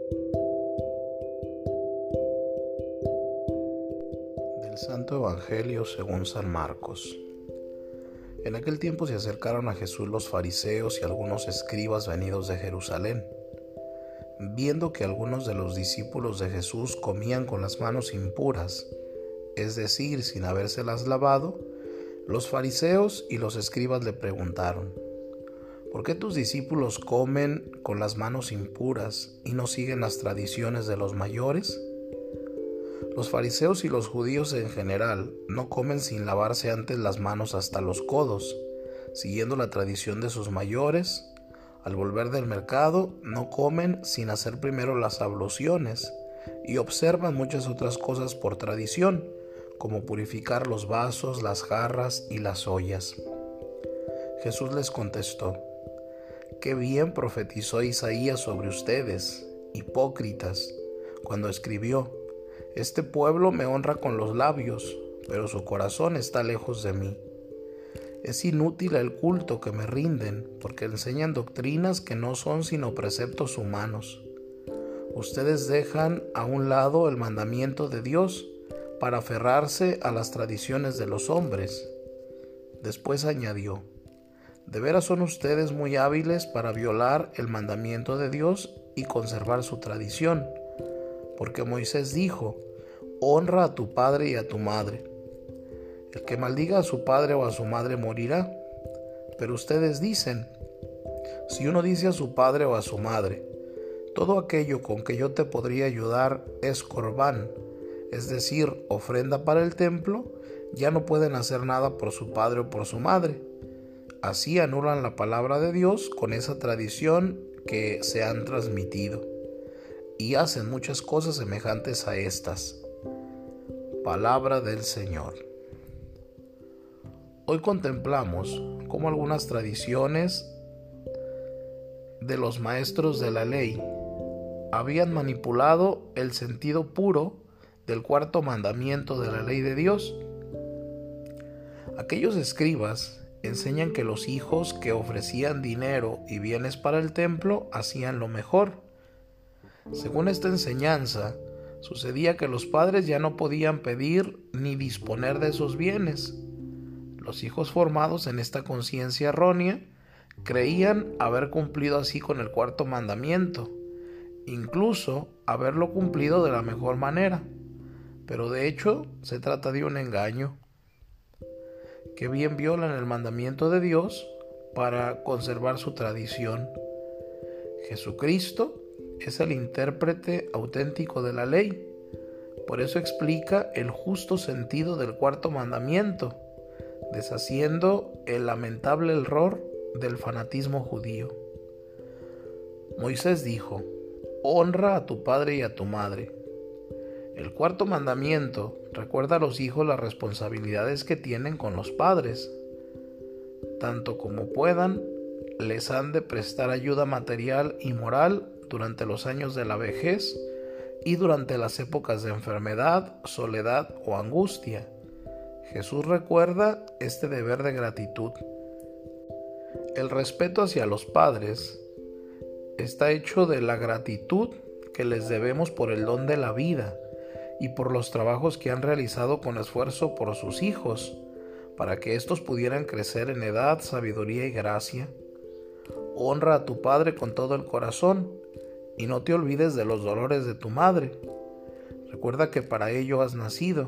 Del Santo Evangelio según San Marcos. En aquel tiempo se acercaron a Jesús los fariseos y algunos escribas venidos de Jerusalén. Viendo que algunos de los discípulos de Jesús comían con las manos impuras, es decir, sin habérselas lavado, los fariseos y los escribas le preguntaron: ¿por qué tus discípulos comen con las manos impuras y no siguen las tradiciones de los mayores? Los fariseos y los judíos en general no comen sin lavarse antes las manos hasta los codos, siguiendo la tradición de sus mayores. Al volver del mercado no comen sin hacer primero las abluciones y observan muchas otras cosas por tradición, como purificar los vasos, las jarras y las ollas. Jesús les contestó: «Qué bien profetizó Isaías sobre ustedes, hipócritas, cuando escribió: Este pueblo me honra con los labios, pero su corazón está lejos de mí. Es inútil el culto que me rinden, porque enseñan doctrinas que no son sino preceptos humanos. Ustedes dejan a un lado el mandamiento de Dios para aferrarse a las tradiciones de los hombres». Después añadió: «De veras son ustedes muy hábiles para violar el mandamiento de Dios y conservar su tradición, porque Moisés dijo: honra a tu padre y a tu madre. El que maldiga a su padre o a su madre morirá. Pero ustedes dicen: si uno dice a su padre o a su madre, todo aquello con que yo te podría ayudar es corbán, es decir, ofrenda para el templo, ya no pueden hacer nada por su padre o por su madre. Así anulan la palabra de Dios con esa tradición que se han transmitido, y hacen muchas cosas semejantes a estas». Palabra del Señor. Hoy contemplamos cómo algunas tradiciones de los maestros de la ley habían manipulado el sentido puro del cuarto mandamiento de la ley de Dios. Aquellos escribas enseñan que los hijos que ofrecían dinero y bienes para el templo hacían lo mejor. Según esta enseñanza, sucedía que los padres ya no podían pedir ni disponer de esos bienes. Los hijos formados en esta conciencia errónea creían haber cumplido así con el cuarto mandamiento, incluso haberlo cumplido de la mejor manera, pero de hecho se trata de un engaño. Que bien violan el mandamiento de Dios para conservar su tradición. Jesucristo es el intérprete auténtico de la ley. Por eso explica el justo sentido del cuarto mandamiento, deshaciendo el lamentable error del fanatismo judío. Moisés dijo: honra a tu padre y a tu madre. El cuarto mandamiento recuerda a los hijos las responsabilidades que tienen con los padres. Tanto como puedan, les han de prestar ayuda material y moral durante los años de la vejez y durante las épocas de enfermedad, soledad o angustia. Jesús recuerda este deber de gratitud. El respeto hacia los padres está hecho de la gratitud que les debemos por el don de la vida y por los trabajos que han realizado con esfuerzo por sus hijos, para que éstos pudieran crecer en edad, sabiduría y gracia. Honra a tu padre con todo el corazón y no te olvides de los dolores de tu madre. Recuerda que para ello has nacido.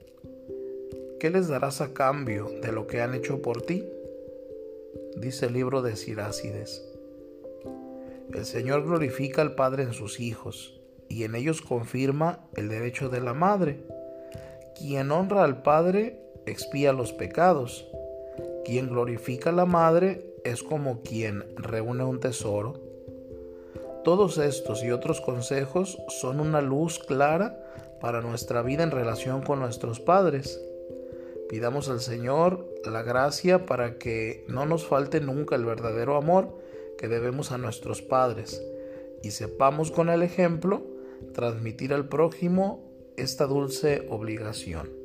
¿Qué les darás a cambio de lo que han hecho por ti?, dice el libro de Sirácides. El Señor glorifica al Padre en sus hijos, y en ellos confirma el derecho de la madre. Quien honra al Padre expía los pecados. Quien glorifica a la madre es como quien reúne un tesoro. Todos estos y otros consejos son una luz clara para nuestra vida en relación con nuestros padres. Pidamos al Señor la gracia para que no nos falte nunca el verdadero amor que debemos a nuestros padres y sepamos con el ejemplo transmitir al prójimo esta dulce obligación.